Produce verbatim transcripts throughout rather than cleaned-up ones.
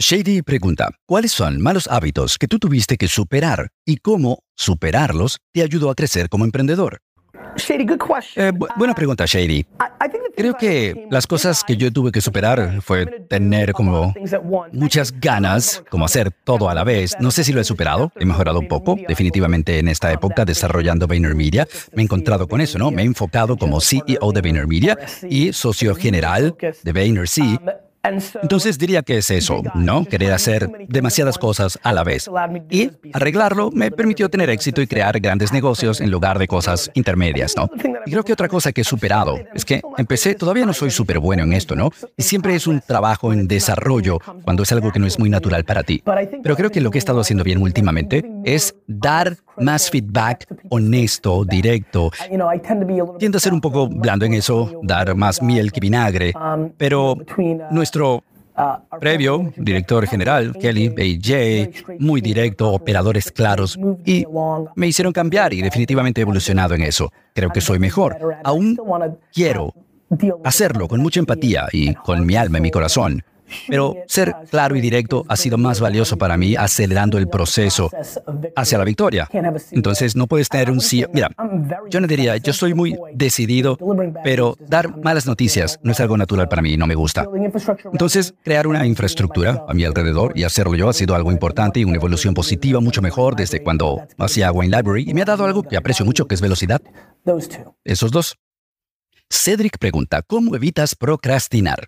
Shady pregunta, ¿cuáles son malos hábitos que tú tuviste que superar y cómo superarlos te ayudó a crecer como emprendedor? Shady, good question. Eh, bu- buena pregunta, Shady. I- I think the things Creo I que overcame las was cosas que yo tuve que superar fue tener como muchas ganas, como hacer todo a la vez. No sé si lo he superado, he mejorado un poco, definitivamente en esta época desarrollando VaynerMedia. Me he encontrado con eso, ¿no? Me he enfocado como C E O de VaynerMedia y socio general de VaynerC. Entonces diría que es eso, ¿no? Querer hacer demasiadas cosas a la vez. Y arreglarlo me permitió tener éxito y crear grandes negocios en lugar de cosas intermedias, ¿no? Y creo que otra cosa que he superado es que empecé, todavía no soy súper bueno en esto, ¿no? Y siempre es un trabajo en desarrollo cuando es algo que no es muy natural para ti. Pero creo que lo que he estado haciendo bien últimamente es dar más feedback honesto, directo. Tiendo a ser un poco blando en eso, dar más miel que vinagre, pero nuestro previo director general, Kelly A J, muy directo, operadores claros, y me hicieron cambiar y definitivamente he evolucionado en eso. Creo que soy mejor. Aún quiero hacerlo con mucha empatía y con mi alma y mi corazón. Pero ser claro y directo ha sido más valioso para mí, acelerando el proceso hacia la victoria. Entonces, no puedes tener un C E O. Mira, yo no diría, yo soy muy decidido, pero dar malas noticias no es algo natural para mí y no me gusta. Entonces, crear una infraestructura a mi alrededor y hacerlo yo ha sido algo importante y una evolución positiva mucho mejor desde cuando hacía Wine Library y me ha dado algo que aprecio mucho, que es velocidad. Esos dos. Cedric pregunta, ¿cómo evitas procrastinar?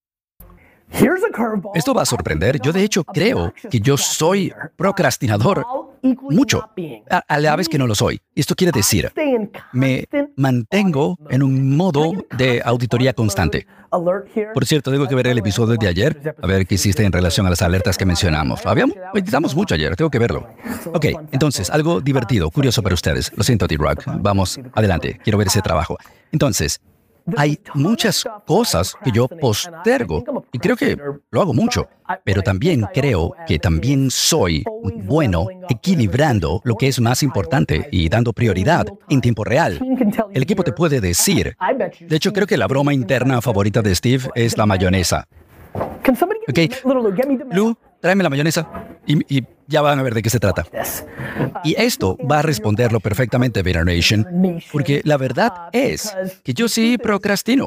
Esto va a sorprender. Yo, de hecho, creo que yo soy procrastinador mucho, a, a la vez que no lo soy. Esto quiere decir, me mantengo en un modo de auditoría constante. Por cierto, tengo que ver el episodio de ayer, a ver qué hiciste en relación a las alertas que mencionamos. Habíamos, editamos mucho ayer, tengo que verlo. Ok, entonces, algo divertido, curioso para ustedes. Lo siento, T-Rock. Vamos, adelante, quiero ver ese trabajo. Entonces, hay muchas cosas que yo postergo y creo que lo hago mucho, pero también creo que también soy bueno equilibrando lo que es más importante y dando prioridad en tiempo real. El equipo te puede decir, de hecho creo que la broma interna favorita de Steve es la mayonesa. Ok, Lou, tráeme la mayonesa y, y ya van a ver de qué se trata. Y esto va a responderlo perfectamente, VaynerNation, porque la verdad es que yo sí procrastino,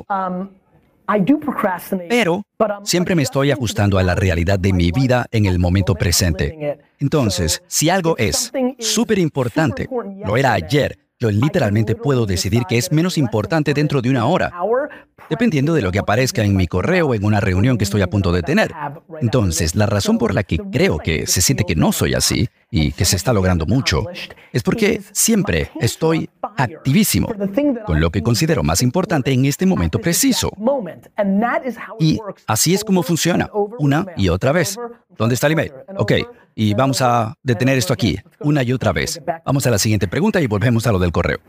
pero siempre me estoy ajustando a la realidad de mi vida en el momento presente. Entonces, si algo es súper importante, lo era ayer, yo literalmente puedo decidir que es menos importante dentro de una hora, dependiendo de lo que aparezca en mi correo o en una reunión que estoy a punto de tener. Entonces, la razón por la que creo que se siente que no soy así y que se está logrando mucho es porque siempre estoy activísimo con lo que considero más importante en este momento preciso. Y así es como funciona, una y otra vez. ¿Dónde está el email? Ok, y vamos a detener esto aquí, una y otra vez. Vamos a la siguiente pregunta y volvemos a lo del correo.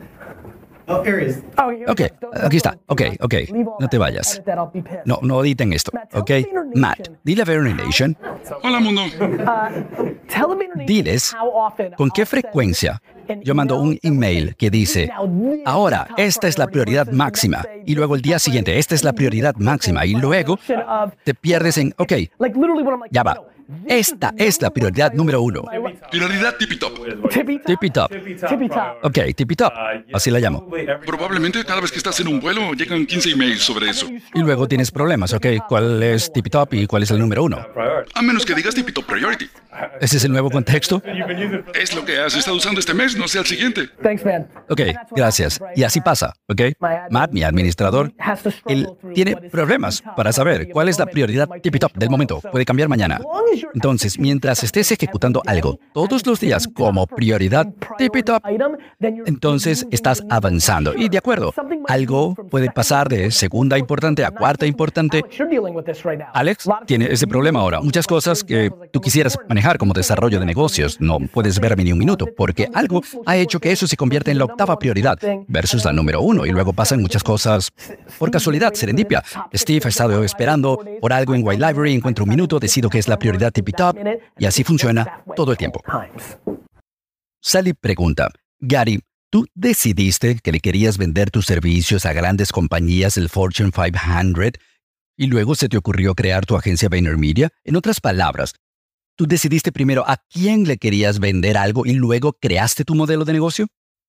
Ok, aquí está. Ok, ok. No te vayas. No, no editen esto. Ok. Matt, dile a VaynerNation. Hola, mundo. Diles con qué frecuencia yo mando un email que dice, ahora, esta es la prioridad máxima. Y luego el día siguiente, esta es la prioridad máxima. Y luego te pierdes en, ok, ya va. Esta es la prioridad número uno. Prioridad tippy top. Tippy top. Ok, tippy top. Así la llamo. Probablemente cada vez que estás en un vuelo llegan quince emails sobre eso. Y luego tienes problemas, ok. ¿Cuál es tippy top y cuál es el número uno? A menos que digas tippy top priority. ¿Ese es el nuevo contexto? Es lo que has estado usando este mes, no sea el siguiente. Ok, gracias. Y así pasa, ¿ok? Matt, mi administrador, él tiene problemas para saber cuál es la prioridad tippy top del momento. Puede cambiar mañana. Entonces, mientras estés ejecutando algo todos los días como prioridad tippy top, entonces estás avanzando. Y de acuerdo, algo puede pasar de segunda importante a cuarta importante. Alex tiene ese problema ahora. Muchas cosas que tú quisieras manejar como desarrollo de negocios no puedes verme ni un minuto porque algo ha hecho que eso se convierta en la octava prioridad versus la número uno y luego pasan muchas cosas por casualidad, serendipia. Steve ha estado esperando por algo en Wine Library, encuentro un minuto, decido que es la prioridad tippy top y así funciona todo el tiempo. Sally pregunta, Gary, ¿tú decidiste que le querías vender tus servicios a grandes compañías del Fortune quinientos? Y luego se te ocurrió crear tu agencia VaynerMedia. En otras palabras, tú decidiste primero a quién le querías vender algo y luego creaste tu modelo de negocio.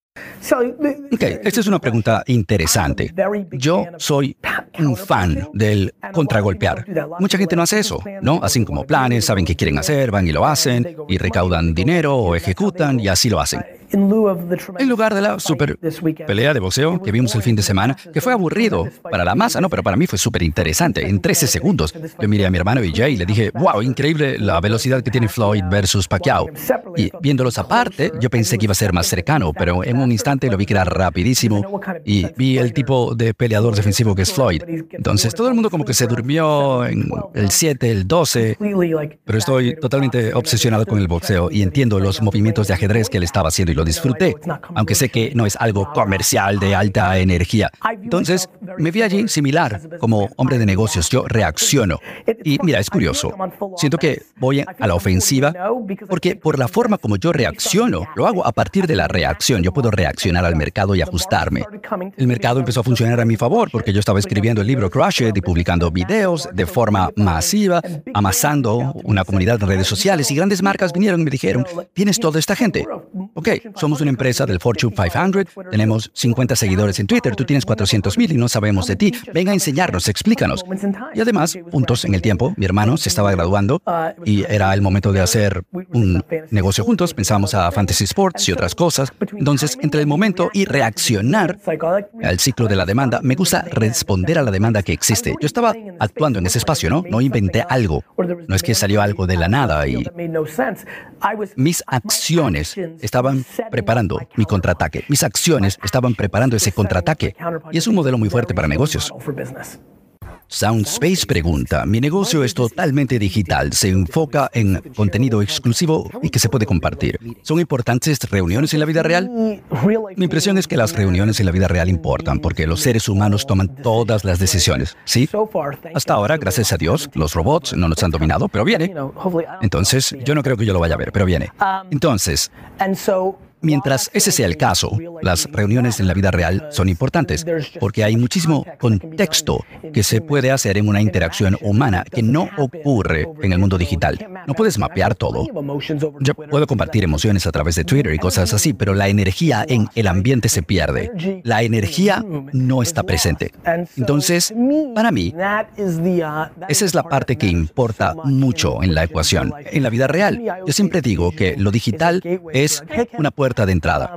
Ok, esta es una pregunta interesante. Yo soy un fan del contragolpear. Mucha gente no hace eso, ¿no? Hacen como planes, saben qué quieren hacer, van y lo hacen, y recaudan dinero o ejecutan y así lo hacen. En lugar de la super pelea de boxeo que vimos el fin de semana, que fue aburrido para la masa, no, pero para mí fue súper interesante. En trece segundos, yo miré a mi hermano B J y le dije, wow, increíble la velocidad que tiene Floyd versus Pacquiao. Y viéndolos aparte, yo pensé que iba a ser más cercano, pero en un instante lo vi que era rapidísimo y vi el tipo de peleador defensivo que es Floyd. Entonces todo el mundo como que se durmió en el siete, el doce, pero estoy totalmente obsesionado con el boxeo y entiendo los movimientos de ajedrez que él estaba haciendo y lo disfruté, aunque sé que no es algo comercial de alta energía. Entonces, me vi allí similar. Como hombre de negocios, yo reacciono. Y mira, es curioso. Siento que voy a la ofensiva porque por la forma como yo reacciono, lo hago a partir de la reacción. Yo puedo reaccionar al mercado y ajustarme. El mercado empezó a funcionar a mi favor porque yo estaba escribiendo el libro Crush It y publicando videos de forma masiva, amasando una comunidad de redes sociales y grandes marcas vinieron y me dijeron, ¿tienes toda esta gente? Ok, somos una empresa del Fortune quinientos, tenemos cincuenta seguidores en Twitter, tú tienes cuatrocientos mil y no sabemos de ti. Ven a enseñarnos, explícanos. Y además, juntos en el tiempo, mi hermano se estaba graduando y era el momento de hacer un negocio juntos. Pensábamos a Fantasy Sports y otras cosas. Entonces, entre el momento y reaccionar al ciclo de la demanda, me gusta responder a la demanda que existe. Yo estaba actuando en ese espacio, ¿no? No inventé algo. No es que salió algo de la nada y mis acciones estaban preparando mi contraataque. Mis acciones estaban preparando ese contraataque. Y es un modelo muy fuerte para negocios. Soundspace pregunta, mi negocio es totalmente digital, se enfoca en contenido exclusivo y que se puede compartir. ¿Son importantes reuniones en la vida real? Mi impresión es que las reuniones en la vida real importan porque los seres humanos toman todas las decisiones, ¿sí? Hasta ahora, gracias a Dios, los robots no nos han dominado, pero viene. Entonces, yo no creo que yo lo vaya a ver, pero viene. Entonces, mientras ese sea el caso, las reuniones en la vida real son importantes porque hay muchísimo contexto que se puede hacer en una interacción humana que no ocurre en el mundo digital. No puedes mapear todo. Yo puedo compartir emociones a través de Twitter y cosas así, pero la energía en el ambiente se pierde. La energía no está presente. Entonces, para mí, esa es la parte que importa mucho en la ecuación. En la vida real, yo siempre digo que lo digital es una puerta de entrada.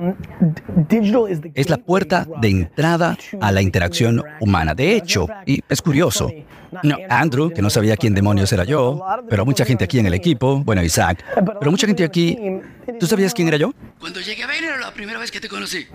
Es la puerta de entrada a la interacción humana. De hecho, y es curioso, no, Andrew, que no sabía quién demonios era yo, pero mucha gente aquí en el equipo, bueno, Isaac, pero mucha gente aquí, ¿tú sabías quién era yo? Cuando llegué a Vayner la primera vez que te conocí.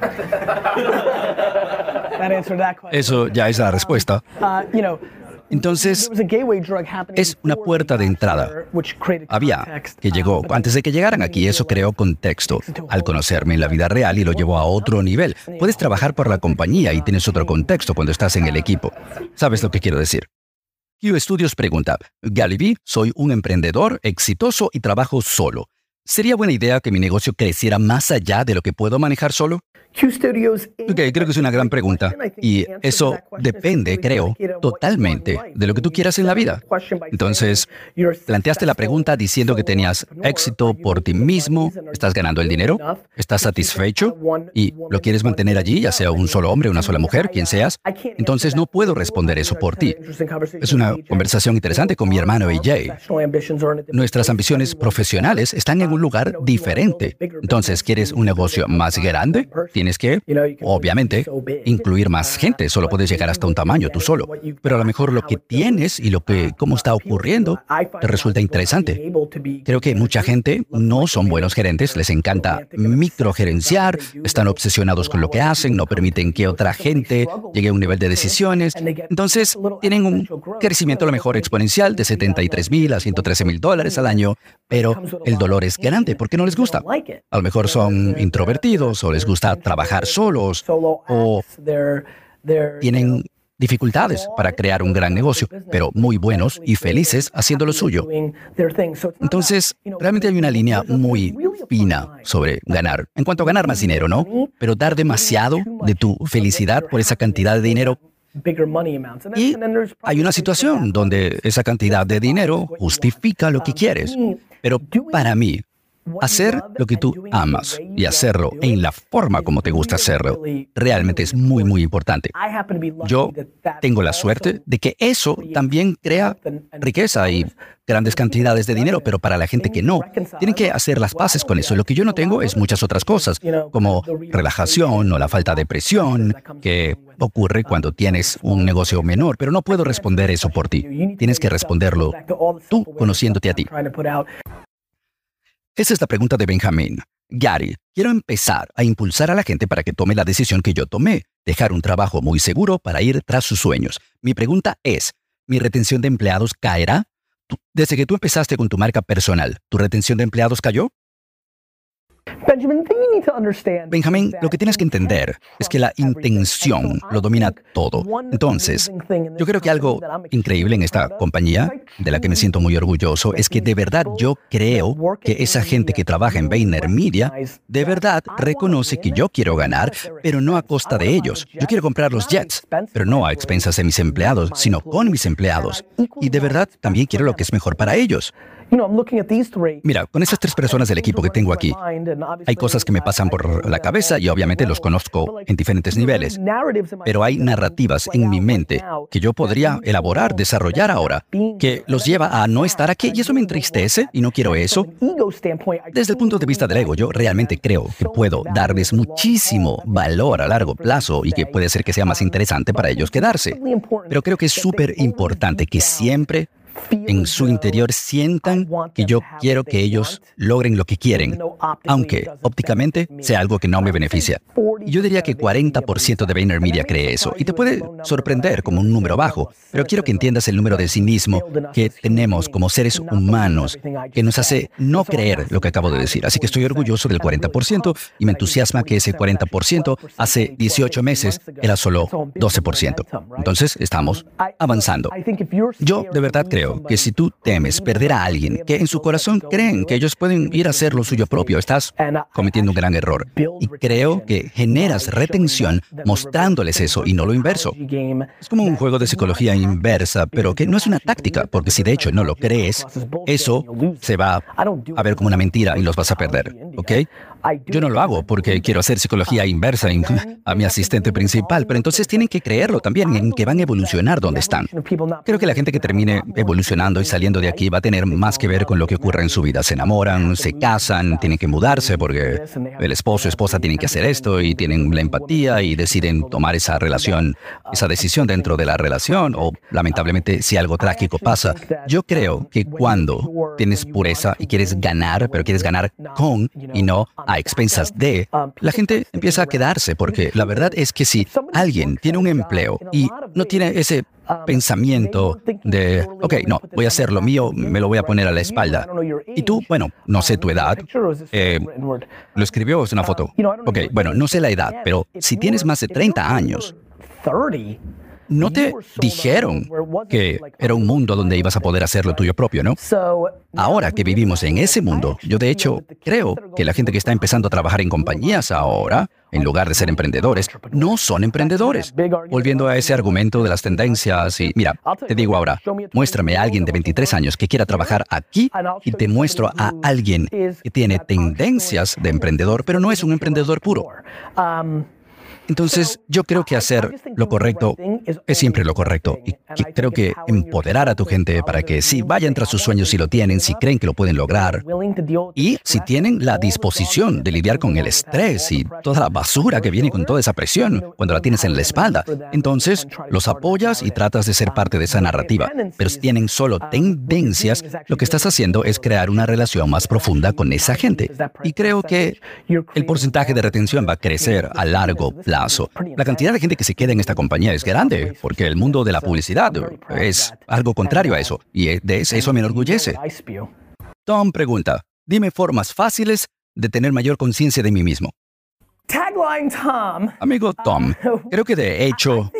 Eso ya es la respuesta. Entonces, es una puerta de entrada. Había que llegó, antes de que llegaran aquí, eso creó contexto. Al conocerme en la vida real y lo llevó a otro nivel. Puedes trabajar por la compañía y tienes otro contexto cuando estás en el equipo. ¿Sabes lo que quiero decir? Q Studios pregunta, Galiby, soy un emprendedor exitoso y trabajo solo. ¿Sería buena idea que mi negocio creciera más allá de lo que puedo manejar solo? Ok, creo que es una gran pregunta. Y eso depende, creo, totalmente de lo que tú quieras en la vida. Entonces, planteaste la pregunta diciendo que tenías éxito por ti mismo, estás ganando el dinero, estás satisfecho y lo quieres mantener allí, ya sea un solo hombre, una sola mujer, quien seas. Entonces, no puedo responder eso por ti. Es una conversación interesante con mi hermano A J. Nuestras ambiciones profesionales están en un lugar diferente. Entonces, ¿quieres un negocio más grande? Tienes que, obviamente, incluir más gente. Solo puedes llegar hasta un tamaño tú solo. Pero a lo mejor lo que tienes y lo que, cómo está ocurriendo, te resulta interesante. Creo que mucha gente no son buenos gerentes, les encanta microgerenciar, están obsesionados con lo que hacen, no permiten que otra gente llegue a un nivel de decisiones. Entonces, tienen un crecimiento a lo mejor exponencial de setenta y tres mil a ciento trece mil dólares al año, pero el dolor es grande porque no les gusta. A lo mejor son introvertidos o les gusta trabajar solos o tienen dificultades para crear un gran negocio, pero muy buenos y felices haciendo lo suyo. Entonces, realmente hay una línea muy fina sobre ganar. En cuanto a ganar más dinero, ¿no? Pero dar demasiado de tu felicidad por esa cantidad de dinero, Y hay una situación donde esa cantidad de dinero justifica lo que quieres. Pero para mí, hacer lo que tú amas y hacerlo en la forma como te gusta hacerlo realmente es muy, muy importante. Yo tengo la suerte de que eso también crea riqueza y grandes cantidades de dinero, pero para la gente que no, tienen que hacer las paces con eso. Lo que yo no tengo es muchas otras cosas, como relajación o la falta de presión que ocurre cuando tienes un negocio menor, pero no puedo responder eso por ti. Tienes que responderlo tú, conociéndote a ti. Esa es la pregunta de Benjamín. Gary, quiero empezar a impulsar a la gente para que tome la decisión que yo tomé, dejar un trabajo muy seguro para ir tras sus sueños. Mi pregunta es, ¿mi retención de empleados caerá? Tú- Desde que tú empezaste con tu marca personal, ¿tu retención de empleados cayó? Benjamin, the thing you need to understand Benjamín, is that lo que tienes que entender es que la intención lo domina todo. Entonces, yo creo que algo increíble en esta compañía, de la que me siento muy orgulloso, es que de verdad yo creo que esa gente que trabaja en VaynerMedia, de verdad reconoce que yo quiero ganar, pero no a costa de ellos. Yo quiero comprar los jets, pero no a expensas de mis empleados, sino con mis empleados. Y de verdad también quiero lo que es mejor para ellos. Mira, con esas tres personas del equipo que tengo aquí, hay cosas que me pasan por la cabeza y obviamente los conozco en diferentes niveles. Pero hay narrativas en mi mente que yo podría elaborar, desarrollar ahora, que los lleva a no estar aquí y eso me entristece y no quiero eso. Desde el punto de vista del ego, yo realmente creo que puedo darles muchísimo valor a largo plazo y que puede ser que sea más interesante para ellos quedarse. Pero creo que es súper importante que siempre en su interior sientan que yo quiero que ellos logren lo que quieren, aunque ópticamente sea algo que no me beneficia. Y yo diría que cuarenta por ciento de VaynerMedia cree eso, y te puede sorprender como un número bajo, pero quiero que entiendas el número de cinismo que tenemos como seres humanos que nos hace no creer lo que acabo de decir. Así que estoy orgulloso del cuarenta por ciento y me entusiasma que ese cuarenta por ciento hace dieciocho meses era solo doce por ciento. Entonces, estamos avanzando. Yo de verdad creo que si tú temes perder a alguien que en su corazón creen que ellos pueden ir a hacer lo suyo propio, estás cometiendo un gran error. Y creo que generas retención mostrándoles eso y no lo inverso. Es como un juego de psicología inversa, pero que no es una táctica, porque si de hecho no lo crees, eso se va a ver como una mentira y los vas a perder, ¿ok? Yo no lo hago porque quiero hacer psicología inversa en- a mi asistente principal, pero entonces tienen que creerlo también en que van a evolucionar donde están. Creo que la gente que termine evolucionando y saliendo de aquí va a tener más que ver con lo que ocurre en su vida. Se enamoran, se casan, tienen que mudarse porque el esposo o esposa tienen que hacer esto y tienen la empatía y deciden tomar esa relación, esa decisión dentro de la relación o lamentablemente si algo trágico pasa. Yo creo que cuando tienes pureza y quieres ganar, pero quieres ganar con y no a expensas de, la gente empieza a quedarse porque la verdad es que si alguien tiene un empleo y no tiene ese pensamiento de, ok, no, voy a hacer lo mío, me lo voy a poner a la espalda. Y tú, bueno, no sé tu edad, eh, ¿lo escribió o es una foto? Ok, bueno, no sé la edad, pero si tienes más de treinta años, no te dijeron que era un mundo donde ibas a poder hacer lo tuyo propio, ¿no? Ahora que vivimos en ese mundo, yo de hecho creo que la gente que está empezando a trabajar en compañías ahora, en lugar de ser emprendedores, no son emprendedores. Volviendo a ese argumento de las tendencias, y mira, te digo ahora, muéstrame a alguien de veintitrés años que quiera trabajar aquí y te muestro a alguien que tiene tendencias de emprendedor, pero no es un emprendedor puro. Entonces, yo creo que hacer lo correcto es siempre lo correcto. Y que creo que empoderar a tu gente para que sí vayan tras sus sueños si lo tienen, si creen que lo pueden lograr. Y si tienen la disposición de lidiar con el estrés y toda la basura que viene con toda esa presión cuando la tienes en la espalda, entonces los apoyas y tratas de ser parte de esa narrativa. Pero si tienen solo tendencias, lo que estás haciendo es crear una relación más profunda con esa gente. Y creo que el porcentaje de retención va a crecer a largo plazo. La cantidad de gente que se queda en esta compañía es grande, porque el mundo de la publicidad es algo contrario a eso, y de eso me enorgullece. Tom pregunta, dime formas fáciles de tener mayor conciencia de mí mismo. Tagline Tom. Amigo Tom, creo que de hecho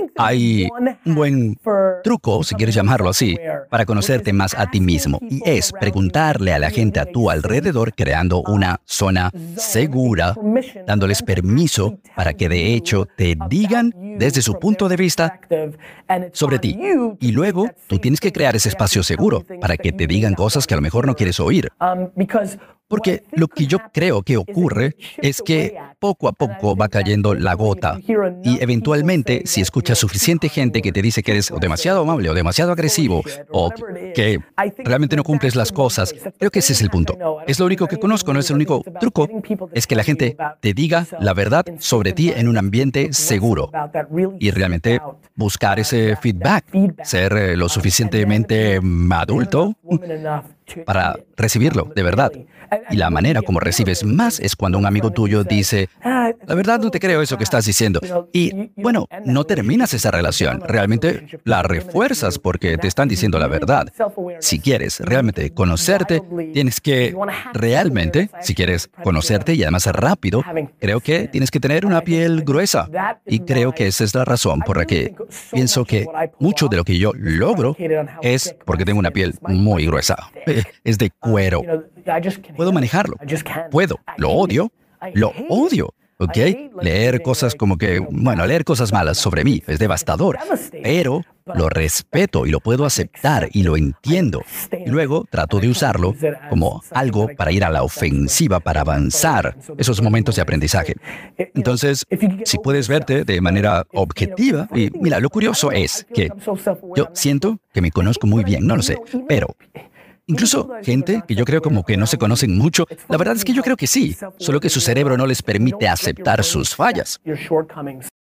Hay un buen truco, si quieres llamarlo así, para conocerte más a ti mismo. Y es preguntarle a la gente a tu alrededor, creando una zona segura, dándoles permiso para que de hecho te digan desde su punto de vista sobre ti. Y luego tú tienes que crear ese espacio seguro para que te digan cosas que a lo mejor no quieres oír. Porque lo que yo creo que ocurre es que poco a poco va cayendo la gota y eventualmente si escuchas suficiente gente que te dice que eres o demasiado amable o demasiado agresivo o que realmente no cumples las cosas, creo que ese es el punto. Es lo único que conozco, no es el único truco, es que la gente te diga la verdad sobre ti en un ambiente seguro y realmente buscar ese feedback, ser eh, lo suficientemente adulto para recibirlo, de verdad. Y la manera como recibes más es cuando un amigo tuyo dice, la verdad no te creo eso que estás diciendo. Y, bueno, no terminas esa relación, realmente la refuerzas porque te están diciendo la verdad. Si quieres realmente conocerte, tienes que realmente, si quieres conocerte y además rápido, creo que tienes que tener una piel gruesa. Y creo que esa es la razón por la que pienso que mucho de lo que yo logro es porque tengo una piel muy gruesa. Es de cuero. Puedo manejarlo. Puedo. Lo odio. Lo odio. ¿Ok? Leer cosas como que, bueno, leer cosas malas sobre mí es devastador. Pero lo respeto y lo puedo aceptar y lo entiendo. Y luego trato de usarlo como algo para ir a la ofensiva, para avanzar esos momentos de aprendizaje. Entonces, si puedes verte de manera objetiva, y mira, lo curioso es que yo siento que me conozco muy bien, no lo sé, pero incluso gente que yo creo como que no se conocen mucho, la verdad es que yo creo que sí, solo que su cerebro no les permite aceptar sus fallas.